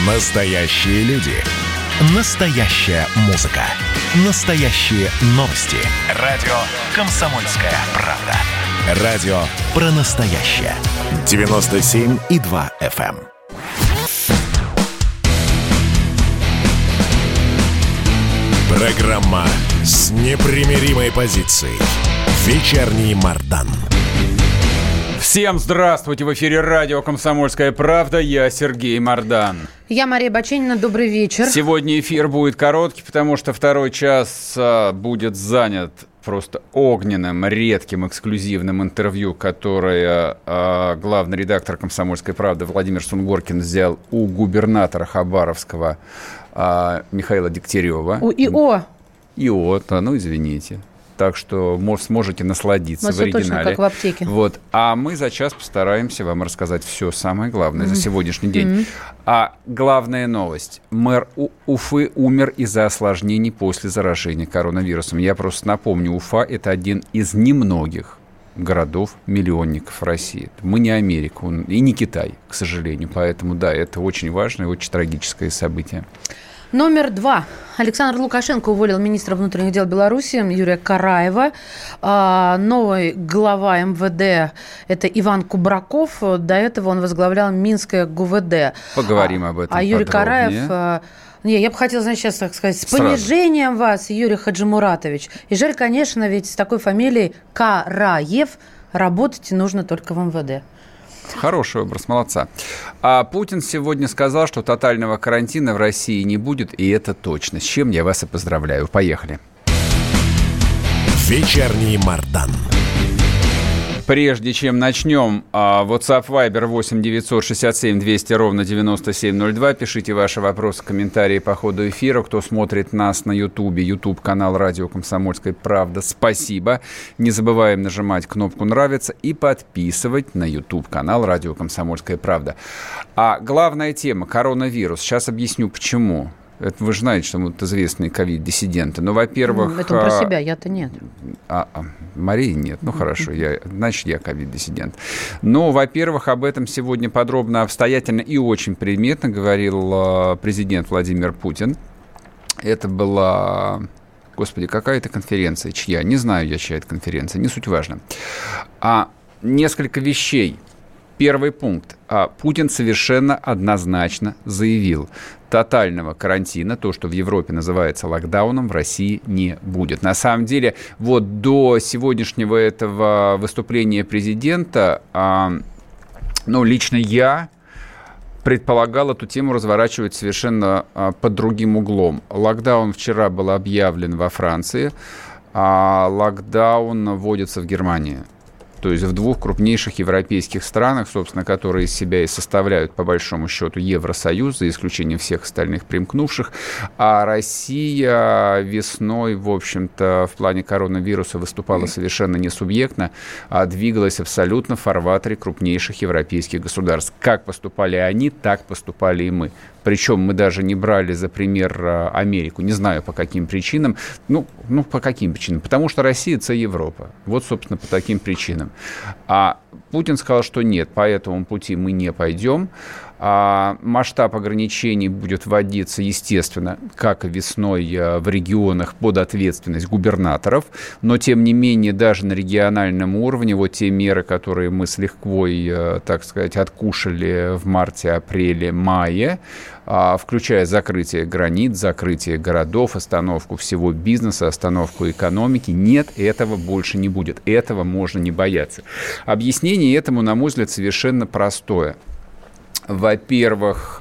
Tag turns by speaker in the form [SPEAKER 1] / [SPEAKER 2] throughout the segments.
[SPEAKER 1] Настоящие люди. Настоящая музыка. Настоящие новости. Радио «Комсомольская правда». Радио про настоящее. 97,2 FM. Программа с непримиримой позицией. Вечерний Мардан.
[SPEAKER 2] Всем здравствуйте! В эфире радио «Комсомольская правда». Я Сергей Мардан.
[SPEAKER 3] Я Мария Баченина. Добрый вечер.
[SPEAKER 2] Сегодня эфир будет короткий, потому что второй час будет занят просто огненным, редким, эксклюзивным интервью, которое главный редактор «Комсомольской правды» Владимир Сунгоркин взял у губернатора Хабаровского Михаила Дегтярева.
[SPEAKER 3] У ИО.
[SPEAKER 2] ИО-то, извините. Так что сможете насладиться в оригинале.
[SPEAKER 3] Точно, как в аптеке.
[SPEAKER 2] Вот. А мы за час постараемся вам рассказать все самое главное за сегодняшний день. А главная новость. Мэр Уфы умер из-за осложнений после заражения коронавирусом. Я просто напомню, Уфа – это один из немногих городов-миллионников России. Мы не Америка и не Китай, к сожалению. Поэтому, да, это очень важное и очень трагическое событие.
[SPEAKER 3] Номер 2. Александр Лукашенко уволил министра внутренних дел Беларуси Юрия Караева. Новый глава МВД – это Иван Кубраков. До этого он возглавлял Минское ГУВД.
[SPEAKER 2] Поговорим об этом
[SPEAKER 3] Юрий
[SPEAKER 2] подробнее.
[SPEAKER 3] Караев... Я бы хотела, сейчас так сказать, с понижением вас, Юрий Хаджимуратович. И жаль, конечно, ведь с такой фамилией Караев работать нужно только в МВД.
[SPEAKER 2] Хороший образ, молодца. А Путин сегодня сказал, что тотального карантина в России не будет, и это точно. С чем я вас и поздравляю. Поехали.
[SPEAKER 1] Вечерний Мардан.
[SPEAKER 2] Прежде чем начнем, WhatsApp Viber 8 967 200 ровно 9702. Пишите ваши вопросы, комментарии по ходу эфира. Кто смотрит нас на Ютубе, YouTube-канал «Радио Комсомольская правда», спасибо. Не забываем нажимать кнопку «Нравится» и подписывать на YouTube-канал «Радио Комсомольская правда». А главная тема – коронавирус. Сейчас объясню, почему. Это вы же знаете, что мы известные ковид-диссиденты. Но, во-первых...
[SPEAKER 3] Это про себя, я-то нет.
[SPEAKER 2] Мария нет. Хорошо, значит, я ковид-диссидент. Но, во-первых, об этом сегодня подробно, обстоятельно и очень предметно говорил президент Владимир Путин. Это была... Господи, какая-то конференция, чья? Не знаю я, чья это конференция, не суть важно. Несколько вещей. Первый пункт. Путин совершенно однозначно заявил, тотального карантина, то, что в Европе называется локдауном, в России не будет. На самом деле, вот до сегодняшнего этого выступления президента, лично я предполагал эту тему разворачивать совершенно под другим углом. Локдаун вчера был объявлен во Франции, а локдаун вводится в Германии. То есть в двух крупнейших европейских странах, собственно, которые из себя и составляют, по большому счету, Евросоюз, за исключением всех остальных примкнувших. А Россия весной, в общем-то, в плане коронавируса выступала совершенно не субъектно, а двигалась абсолютно в фарватере крупнейших европейских государств. Как поступали они, так поступали и мы. Причем мы даже не брали за пример Америку. Не знаю, по каким причинам. По каким причинам? Потому что Россия – это Европа. Вот, собственно, по таким причинам. А Путин сказал, что нет, по этому пути мы не пойдем. Масштаб ограничений будет вводиться, естественно, как и весной в регионах под ответственность губернаторов. Но, тем не менее, даже на региональном уровне вот те меры, которые мы с лихвой, так сказать, откушали в марте, апреле, мае, включая закрытие границ, закрытие городов, остановку всего бизнеса, остановку экономики. Нет, этого больше не будет. Этого можно не бояться. Объяснение этому, на мой взгляд, совершенно простое. Во-первых,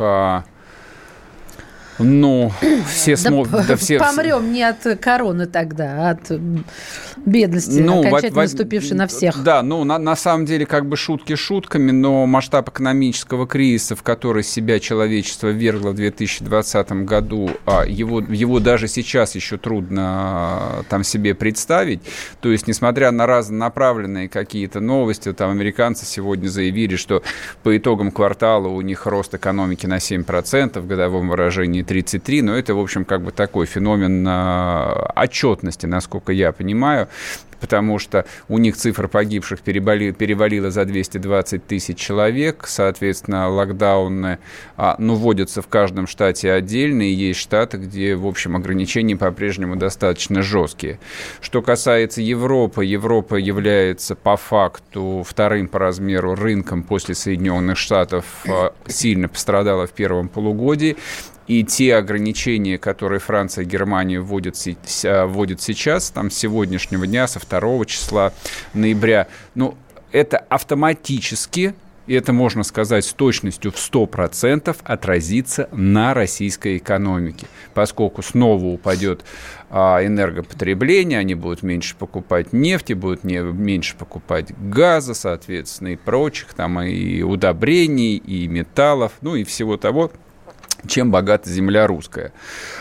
[SPEAKER 2] все
[SPEAKER 3] помрем не от короны тогда, а от бедности, окончательно наступившей на всех.
[SPEAKER 2] Да, на самом деле, шутки шутками, но масштаб экономического кризиса, в который себя человечество ввергло в 2020 году, его даже сейчас еще трудно там себе представить. То есть, несмотря на разнонаправленные какие-то новости, там американцы сегодня заявили, что по итогам квартала у них рост экономики на 7%, в годовом выражении 33%, но это, в общем, такой феномен отчетности, насколько я понимаю. потому что у них цифра погибших перевалила за 220 тысяч человек, соответственно, локдауны вводятся в каждом штате отдельно, и есть штаты, где, в общем, ограничения по-прежнему достаточно жесткие. Что касается Европы, Европа является по факту вторым по размеру рынком после Соединенных Штатов, сильно пострадала в первом полугодии. И те ограничения, которые Франция и Германия вводят сейчас, там, с сегодняшнего дня, со 2 числа ноября, это автоматически, и это можно сказать с точностью в 100%, отразится на российской экономике, поскольку снова упадет энергопотребление, они будут меньше покупать нефти, будут меньше покупать газа, соответственно, и прочих, там, и удобрений, и металлов, и всего того, чем богата земля русская.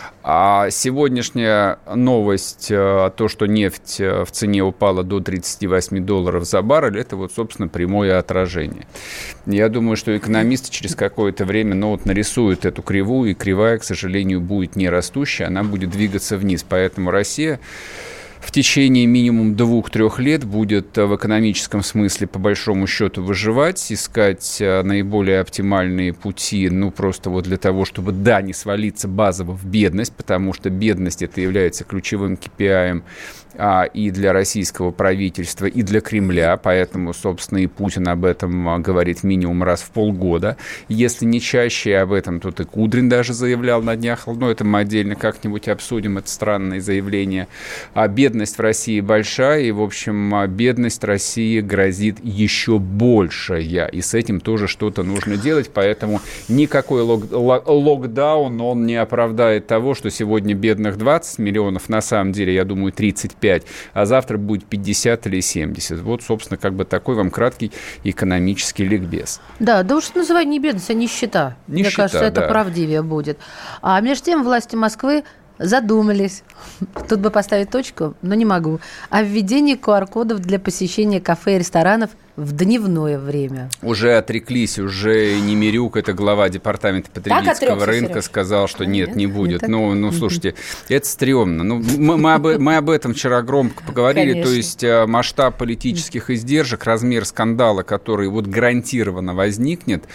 [SPEAKER 2] А сегодняшняя новость, то, что нефть в цене упала до $38 за баррель, это вот, собственно, прямое отражение. Я думаю, что экономисты через какое-то время нарисуют эту кривую, и кривая, к сожалению, будет не растущая, она будет двигаться вниз. Поэтому Россия в течение минимум 2-3 лет будет в экономическом смысле по большому счету выживать, искать наиболее оптимальные пути, просто для того, чтобы, не свалиться базово в бедность, потому что бедность это является ключевым KPI и для российского правительства, и для Кремля, поэтому, собственно, и Путин об этом говорит минимум раз в полгода, если не чаще. Об этом тут и Кудрин даже заявлял на днях, это мы отдельно как-нибудь обсудим, это странное заявление. Бедность в России большая, и, в общем, бедность России грозит еще большая, и с этим тоже что-то нужно делать, поэтому никакой локдаун, он не оправдает того, что сегодня бедных 20 миллионов, на самом деле, я думаю, 35, а завтра будет 50 или 70. Вот, собственно, такой вам краткий экономический ликбез. Да уж называй не бедность, а нищета. Мне кажется, это правдивее будет. А между тем власти Москвы задумались. Тут бы поставить точку, но не могу. О введении QR-кодов для посещения кафе и ресторанов в дневное время. Уже отреклись, уже Немирюк, это глава департамента потребительского рынка, Сереж сказал, что нет, не будет. Слушайте, это стрёмно. Мы об этом вчера громко поговорили. Конечно. То есть масштаб политических издержек, размер скандала, который гарантированно возникнет,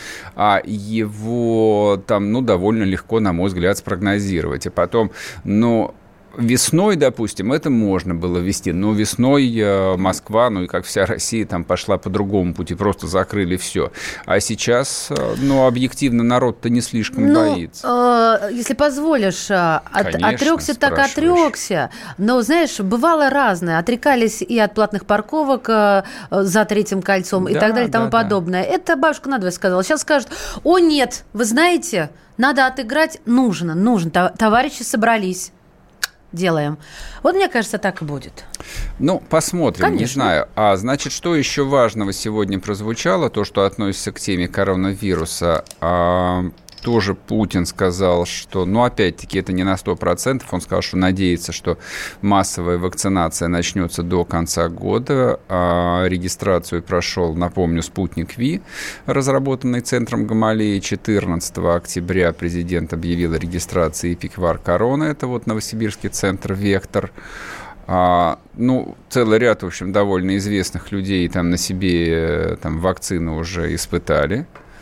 [SPEAKER 2] его там, довольно легко, на мой взгляд, спрогнозировать. И потом, весной, допустим, это можно было ввести, но весной Москва, и как вся Россия, там пошла по другому пути, просто закрыли все. А сейчас, объективно, народ-то не слишком боится. Если позволишь, отрекся так отрекся. Но, знаешь, бывало разное. Отрекались и от платных парковок за Третьим кольцом и так далее и тому подобное. Это бабушка надвое сказала. Сейчас скажут: о, нет, вы знаете, надо отыграть, нужно. Товарищи собрались. Делаем. Вот, мне кажется, так и будет. Посмотрим, конечно. Не знаю. Значит, что еще важного сегодня прозвучало, то, что относится к теме коронавируса. Тоже Путин сказал, что, опять-таки, это не на 100%. Он сказал, что надеется, что массовая вакцинация начнется до конца года. Регистрацию прошел, напомню, «Спутник Ви», разработанный Центром Гамалеи. 14 октября президент объявил о регистрации «Эпиквар Корона». Это Новосибирский центр «Вектор». Целый ряд, в общем, довольно известных людей там на себе вакцину уже испытали.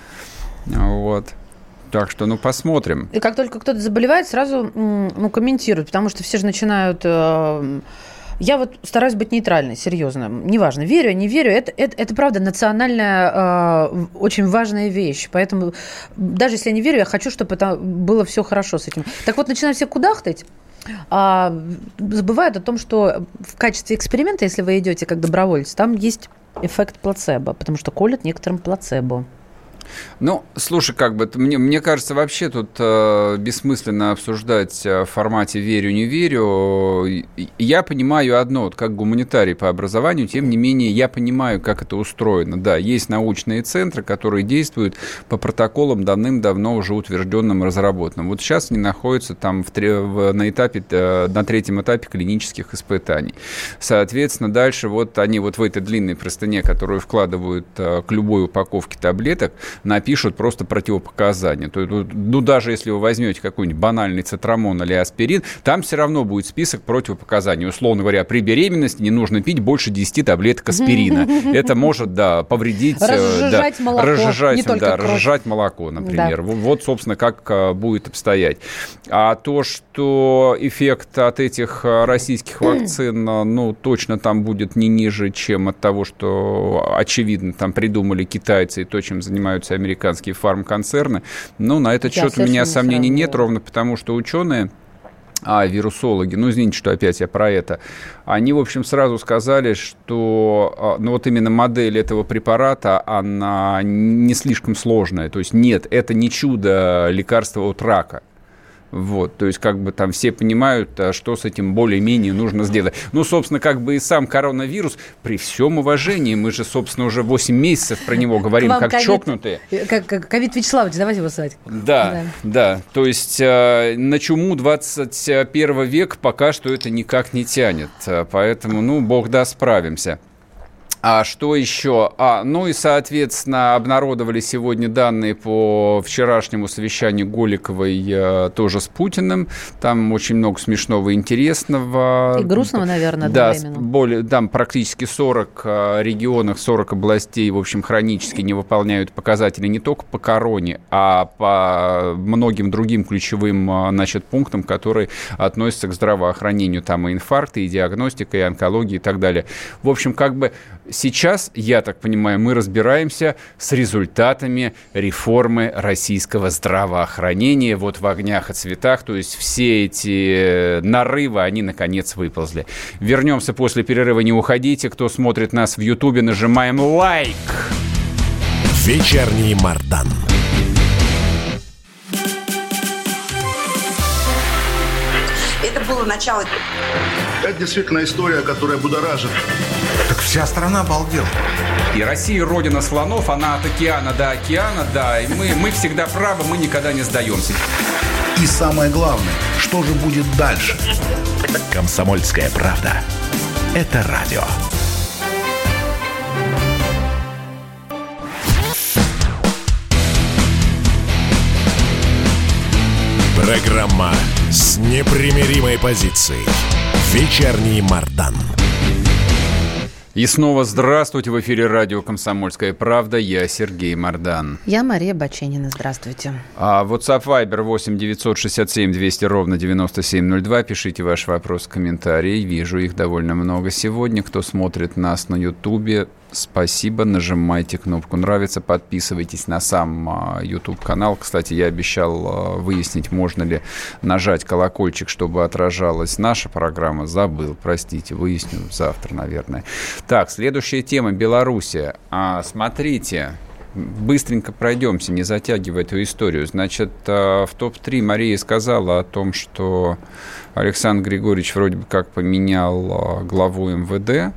[SPEAKER 2] Так что, посмотрим. И как только кто-то заболевает, сразу комментируют, потому что все же начинают... Я стараюсь быть нейтральной, серьезно. Неважно, верю, не верю. Это правда национальная, очень важная вещь. Поэтому даже если я не верю, я хочу, чтобы это было все хорошо с этим. Так вот, начинают все кудахтать. Забывают о том, что в качестве эксперимента, если вы идете как доброволец, там есть эффект плацебо, потому что колят некоторым плацебо. Слушай, мне кажется, вообще тут бессмысленно обсуждать в формате «верю-не верю». Я понимаю одно, как гуманитарий по образованию, тем не менее, я понимаю, как это устроено. Да, есть научные центры, которые действуют по протоколам давным-давно уже утвержденным и разработанным. Вот сейчас они находятся там на 3-м этапе клинических испытаний. Соответственно, дальше они в этой длинной простыне, которую вкладывают к любой упаковке таблеток, напишут просто противопоказания. То есть, ну, даже если вы возьмете какой-нибудь банальный цитрамон или аспирин, там все равно будет список противопоказаний. Условно говоря, при беременности не нужно пить больше 10 таблеток аспирина. Это может, повредить...
[SPEAKER 3] Разжижать молоко, не только кровь.
[SPEAKER 2] Разжижать молоко, например. Да. Вот, собственно, как будет обстоять. А то, что эффект от этих российских вакцин, ну, точно там будет не ниже, чем от того, что, очевидно, там придумали китайцы и то, чем занимаются американские фармконцерны, ну, на этот счет у меня сомнений нет, ровно потому, что ученые, вирусологи, ну, извините, что опять я про это, они, в общем, сразу сказали, что, ну, вот именно модель этого препарата, она не слишком сложная, то есть нет, это не чудо лекарства от рака. Вот, то есть, как бы там все понимают, что с этим более-менее нужно сделать. Ну, собственно, как бы и сам коронавирус, при всем уважении, мы же, собственно, уже 8 месяцев про него говорим, как COVID, чокнутые.
[SPEAKER 3] Ковид Вячеславович, давайте его звать.
[SPEAKER 2] Да. То есть, на чуму 21 века пока что это никак не тянет. Поэтому, ну, бог даст, справимся. А что еще? Ну и, соответственно, обнародовали сегодня данные по вчерашнему совещанию Голиковой тоже с Путиным. Там очень много смешного и интересного.
[SPEAKER 3] И грустного, наверное,
[SPEAKER 2] одновременно. Там практически 40 регионов, 40 областей, в общем, хронически не выполняют показатели не только по короне, а по многим другим ключевым, значит, пунктам, которые относятся к здравоохранению. Там и инфаркты, и диагностика, и онкология, и так далее. В общем, как бы... Сейчас, я так понимаю, мы разбираемся с результатами реформы российского здравоохранения. Вот в огнях и цветах, то есть все эти нарывы, они, наконец, выползли. Вернемся после перерыва, не уходите. Кто смотрит нас в Ютубе, нажимаем лайк.
[SPEAKER 1] Вечерний Мардан.
[SPEAKER 4] Это было начало.
[SPEAKER 5] Это действительно история, которая будоражит.
[SPEAKER 6] Так вся страна обалдела.
[SPEAKER 2] И Россия родина слонов, она от океана до океана, да. И мы всегда правы, мы никогда не сдаемся.
[SPEAKER 6] И самое главное, что же будет дальше?
[SPEAKER 1] Комсомольская правда. Это радио. Программа с непримиримой позицией. Вечерний Мардан.
[SPEAKER 2] И снова здравствуйте. В эфире радио «Комсомольская правда». Я Сергей Мардан.
[SPEAKER 3] Я Мария Баченина. Здравствуйте.
[SPEAKER 2] WhatsApp Viber 8 967 200 ровно 9702. Пишите ваши вопросы, комментарии. Вижу их довольно много сегодня. Кто смотрит нас на Ютубе, спасибо. Нажимайте кнопку «Нравится», подписывайтесь на сам YouTube-канал. Кстати, я обещал выяснить, можно ли нажать колокольчик, чтобы отражалась наша программа. Забыл, простите, выясню завтра, наверное. Так, следующая тема – Белоруссия. Смотрите, быстренько пройдемся, не затягивая эту историю. Значит, в топ-3 Мария сказала о том, что Александр Григорьевич вроде бы как поменял главу МВД.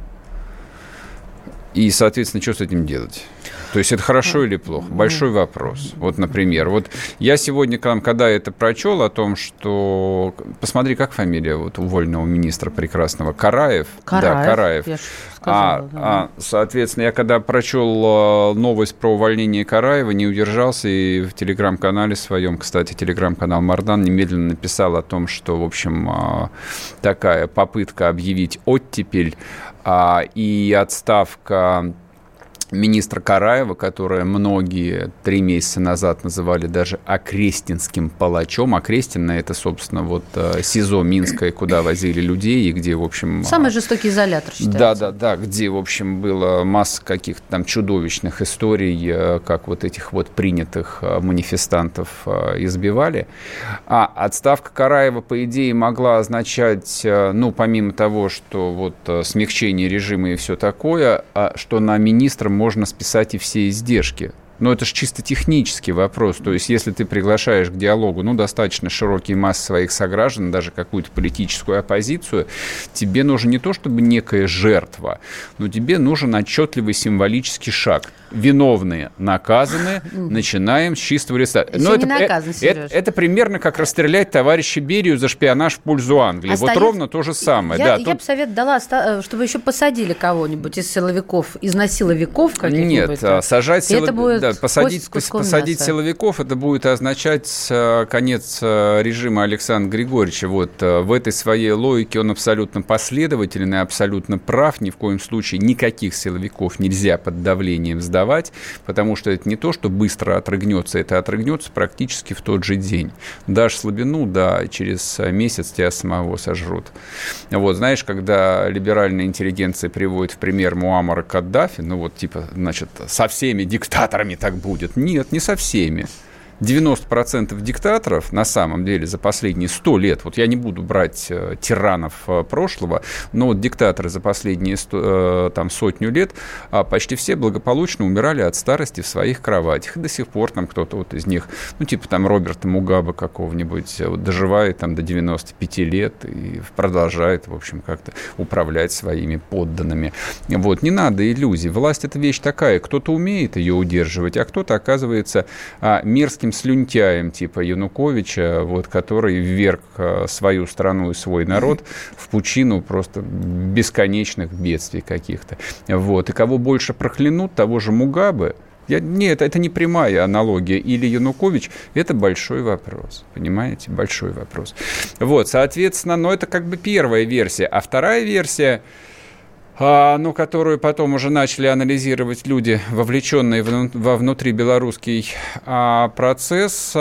[SPEAKER 2] И, соответственно, что с этим делать? То есть это хорошо или плохо? Большой вопрос. Вот, например, вот я сегодня, когда это прочел о том, что... Посмотри, как фамилия вот уволенного министра прекрасного? Караев? Да, Караев. Я сказала, соответственно, я когда прочел новость про увольнение Караева, не удержался и в телеграм-канале своем, кстати, телеграм-канал Мардан, немедленно написал о том, что, в общем, такая попытка объявить оттепель и отставка министра Караева, которое многие 3 месяца назад называли даже окрестинским палачом. Окрестино — это, собственно, вот СИЗО Минское, куда возили людей, и где, в общем...
[SPEAKER 3] Самый жестокий изолятор, считается.
[SPEAKER 2] Да, где, в общем, была масса каких-то там чудовищных историй, как вот этих вот принятых манифестантов избивали. Отставка Караева, по идее, могла означать, ну, помимо того, что вот смягчение режима и все такое, что на министра можно списать и все издержки. Но это же чисто технический вопрос. То есть, если ты приглашаешь к диалогу, достаточно широкие массы своих сограждан, даже какую-то политическую оппозицию, тебе нужно не то чтобы некая жертва, но тебе нужен отчетливый символический шаг. Виновные наказаны, начинаем с чистого листа. Но это примерно как расстрелять товарища Берию за шпионаж в пользу Англии. Вот ровно то же самое.
[SPEAKER 3] Я бы совет дала, чтобы еще посадили кого-нибудь из силовиков, из насиловиков каких-нибудь.
[SPEAKER 2] Нет, сажать посадить силовиков, это будет означать конец режима Александра Григорьевича. Вот в этой своей логике он абсолютно последователен и абсолютно прав. Ни в коем случае никаких силовиков нельзя под давлением сдавать, потому что это не то, что быстро отрыгнется, это отрыгнется практически в тот же день. Дашь слабину, да, через месяц тебя самого сожрут. Вот, знаешь, когда либеральная интеллигенция приводит в пример Муаммара Каддафи, ну вот типа, значит, со всеми диктаторами так будет. Нет, не со всеми. 90% диктаторов, на самом деле, за последние 100 лет, вот я не буду брать тиранов прошлого, но вот диктаторы за последние сотню лет почти все благополучно умирали от старости в своих кроватях. И до сих пор там кто-то вот из них, ну, типа там Роберта Мугабе какого-нибудь, вот, доживает там до 95 лет и продолжает, в общем, как-то управлять своими подданными. Вот, не надо иллюзий. Власть – это вещь такая, кто-то умеет ее удерживать, а кто-то оказывается мерзким слюнтяем типа Януковича, вот, который вверг свою страну и свой народ в пучину просто бесконечных бедствий каких-то. Вот. И кого больше проклянут, того же Мугабе. Нет, это не прямая аналогия. Или Янукович, это большой вопрос. Понимаете? Большой вопрос. Вот, соответственно, но это как бы первая версия. А вторая версия, которую потом уже начали анализировать люди, вовлеченные во внутрибелорусский процесс,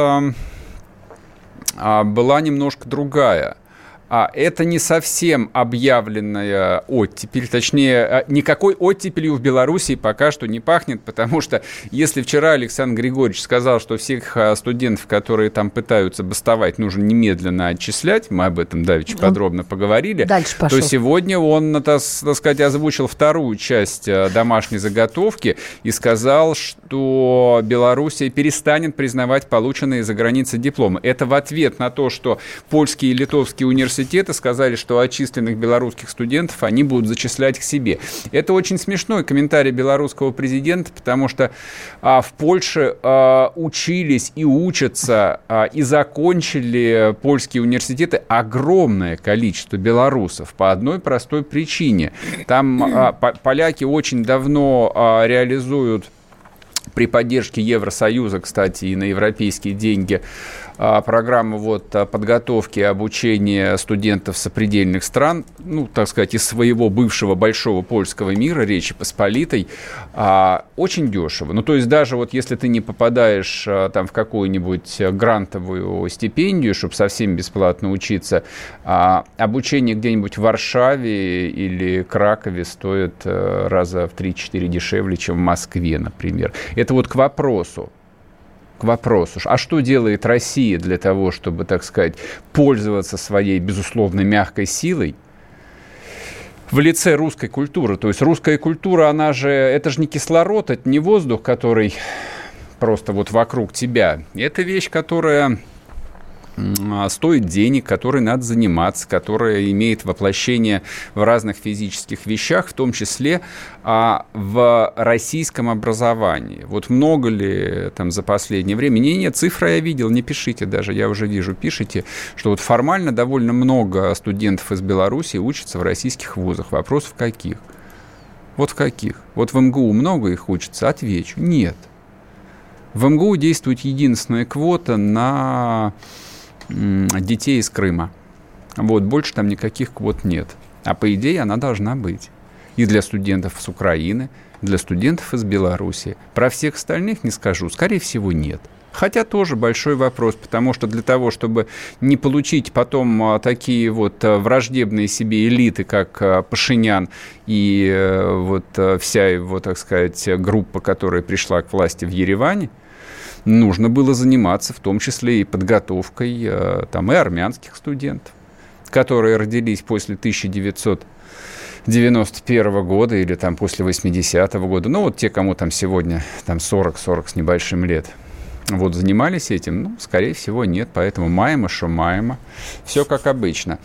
[SPEAKER 2] была немножко другая. Это не совсем объявленная оттепель, точнее, никакой оттепелью в Беларуси пока что не пахнет, потому что если вчера Александр Григорьевич сказал, что всех студентов, которые там пытаются бастовать, нужно немедленно отчислять, мы об этом давеча подробно поговорили, то сегодня он, так сказать, озвучил вторую часть домашней заготовки и сказал, что Белоруссия перестанет признавать полученные за границей дипломы. Это в ответ на то, что польские и литовские университеты сказали, что отчисленных белорусских студентов они будут зачислять к себе. Это очень смешной комментарий белорусского президента, потому что в Польше учились и учатся и закончили польские университеты огромное количество белорусов по одной простой причине. Там поляки очень давно реализуют при поддержке Евросоюза, кстати, и на европейские деньги, программу подготовки и обучения студентов сопредельных стран, так сказать, из своего бывшего большого польского мира, Речи Посполитой, очень дешево. То есть даже если ты не попадаешь там в какую-нибудь грантовую стипендию, чтобы совсем бесплатно учиться, обучение где-нибудь в Варшаве или Кракове стоит раза в 3-4 дешевле, чем в Москве, например. Это к вопросу. А что делает Россия для того, чтобы, так сказать, пользоваться своей, безусловно, мягкой силой в лице русской культуры? То есть русская культура, это же не кислород, это не воздух, который просто вокруг тебя. Это вещь, которая стоит денег, которой надо заниматься, которая имеет воплощение в разных физических вещах, в том числе в российском образовании. Много ли там за последнее время? Нет, цифры я видел, не пишите даже, я уже вижу, пишите, что формально довольно много студентов из Беларуси учатся в российских вузах. Вопрос в каких? В каких? В МГУ много их учатся? Отвечу, нет. В МГУ действует единственная квота на детей из Крыма. Больше там никаких квот нет. А по идее она должна быть. И для студентов с Украины, для студентов из Беларуси. Про всех остальных не скажу. Скорее всего, нет. Хотя тоже большой вопрос, потому что для того, чтобы не получить потом такие враждебные себе элиты, как Пашинян и вся его, так сказать, группа, которая пришла к власти в Ереване, нужно было заниматься в том числе и подготовкой и армянских студентов, которые родились после 1991 года или после 80-го года. Те, кому сегодня 40 с небольшим лет, занимались этим, скорее всего, нет. Поэтому маемо, шо маемо. Все как обычно.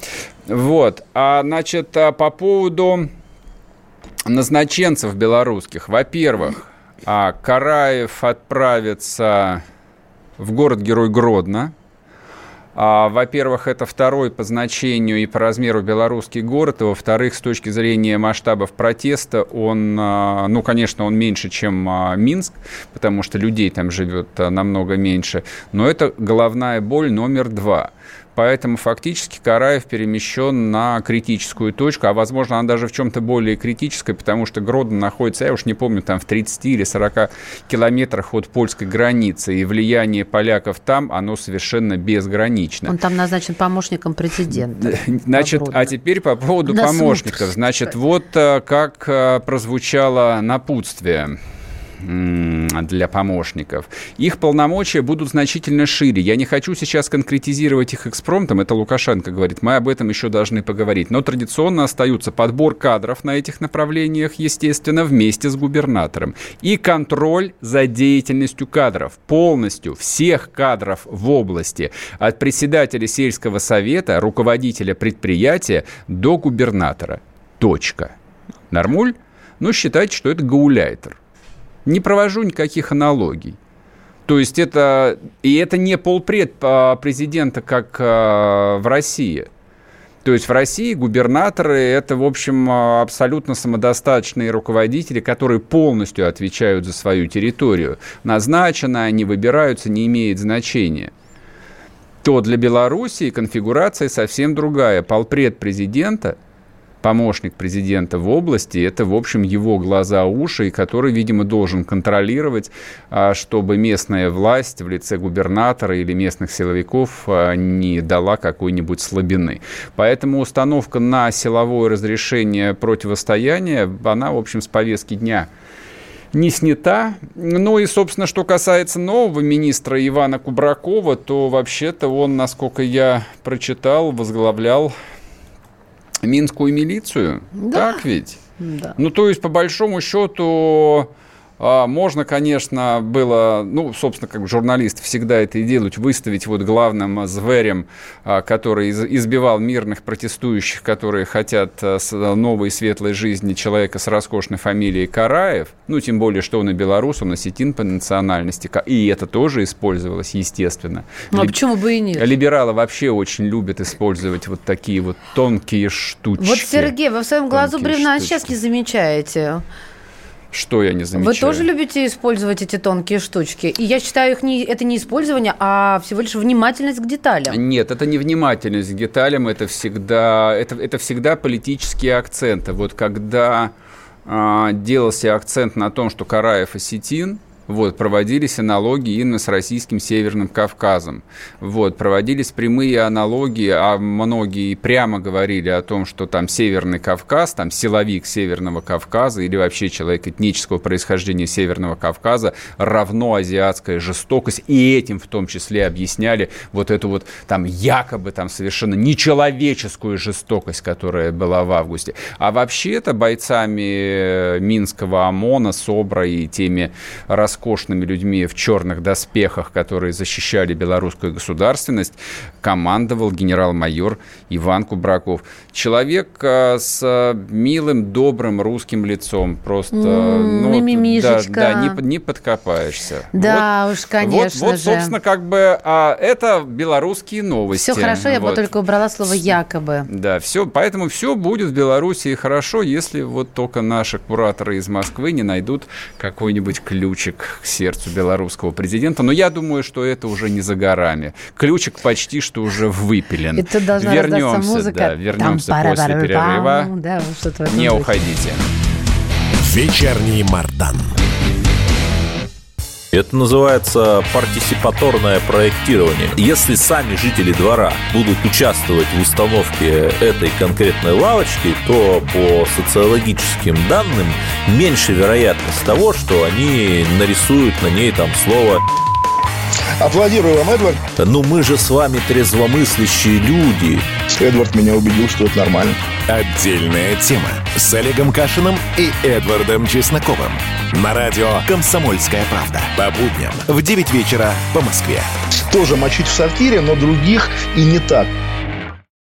[SPEAKER 2] По поводу назначенцев белорусских. Во-первых, Караев отправится в город-герой Гродно. Во-первых, это второй по значению и по размеру белорусский город, и, во-вторых, с точки зрения масштабов протеста, он, конечно, он меньше, чем Минск, потому что людей там живет намного меньше, но это головная боль номер 2. Поэтому фактически Караев перемещен на критическую точку, а, возможно, она даже в чем-то более критической, потому что Гродно находится, я уж не помню, там в 30 или 40 километрах от польской границы, и влияние поляков там, оно совершенно безгранично.
[SPEAKER 3] Он там назначен помощником президента.
[SPEAKER 2] Значит, а теперь по поводу помощников. Значит, вот как прозвучало напутствие для помощников. Их полномочия будут значительно шире. Я не хочу сейчас конкретизировать их экспромтом, это Лукашенко говорит, мы об этом еще должны поговорить. Но традиционно остаются подбор кадров на этих направлениях, естественно, вместе с губернатором. И контроль за деятельностью кадров. Полностью всех кадров в области. От председателя сельского совета, руководителя предприятия до губернатора. Точка. Нормуль? Считайте, что это гауляйтер. Не провожу никаких аналогий. То есть это не полпред президента, как в России. То есть в России губернаторы – это, в общем, абсолютно самодостаточные руководители, которые полностью отвечают за свою территорию. Назначены они, выбираются, не имеет значения. То для Белоруссии конфигурация совсем другая. Полпред президента – помощник президента в области, это, в общем, его глаза, уши, который, видимо, должен контролировать, чтобы местная власть в лице губернатора или местных силовиков не дала какой-нибудь слабины. Поэтому установка на силовое разрешение противостояния, она, в общем, с повестки дня не снята. Ну и, собственно, что касается нового министра Ивана Кубракова, то вообще-то он, насколько я прочитал, возглавлял Минскую милицию, да. Так ведь? Да. То есть, по большому счету, можно, конечно, было, собственно, как журналисты всегда это и делают, выставить вот главным зверем, который избивал мирных протестующих, которые хотят новой светлой жизни, человека с роскошной фамилией Караев, тем более, что он и белорус, он осетин по национальности, и это тоже использовалось, естественно.
[SPEAKER 3] А почему бы и нет?
[SPEAKER 2] Либералы вообще очень любят использовать вот такие вот тонкие штучки.
[SPEAKER 3] Вот, Сергей, вы в своем глазу бревна сейчас не замечаете.
[SPEAKER 2] Что я не замечаю?
[SPEAKER 3] Вы тоже любите использовать эти тонкие штучки? И я считаю, это не использование, а всего лишь внимательность к деталям. Нет,
[SPEAKER 2] это не внимательность к деталям, это всегда политические акценты. Вот когда делался акцент на том, что Караев осетин, проводились аналогии именно с российским Северным Кавказом. Проводились прямые аналогии, а многие прямо говорили о том, что там Северный Кавказ, там силовик Северного Кавказа или вообще человек этнического происхождения Северного Кавказа равно азиатская жестокость, и этим в том числе объясняли вот эту там якобы там совершенно нечеловеческую жестокость, которая была в августе. А вообще-то бойцами Минского ОМОНа, СОБРа и теми роскошными людьми в черных доспехах, которые защищали белорусскую государственность, командовал генерал-майор Иван Кубраков. Человек с милым, добрым русским лицом. Просто не подкопаешься.
[SPEAKER 3] Да, уж, конечно же.
[SPEAKER 2] Собственно, это белорусские новости.
[SPEAKER 3] Все хорошо, я бы только убрала слово «якобы».
[SPEAKER 2] Да, поэтому все будет в Белоруссии хорошо, если только наши кураторы из Москвы не найдут какой-нибудь ключик к сердцу белорусского президента. Но я думаю, что это уже не за горами. Ключик почти что уже выпилен.
[SPEAKER 3] Это должна раздаться музыка.
[SPEAKER 2] Вернемся после перерыва.
[SPEAKER 3] Да,
[SPEAKER 2] не уходите.
[SPEAKER 1] Вечерний Мардан.
[SPEAKER 7] Это называется партисипаторное проектирование. Если сами жители двора будут участвовать в установке этой конкретной лавочки, то по социологическим данным меньше вероятность того, что они нарисуют на ней там слово
[SPEAKER 6] Аплодирую вам, Эдвард.
[SPEAKER 7] Мы же с вами трезвомыслящие люди.
[SPEAKER 6] Эдвард меня убедил, что это нормально.
[SPEAKER 1] Отдельная тема с Олегом Кашиным и Эдвардом Чесноковым. На радио «Комсомольская правда». По будням в 9 вечера по Москве.
[SPEAKER 6] Тоже мочить в сортире, но других и не так.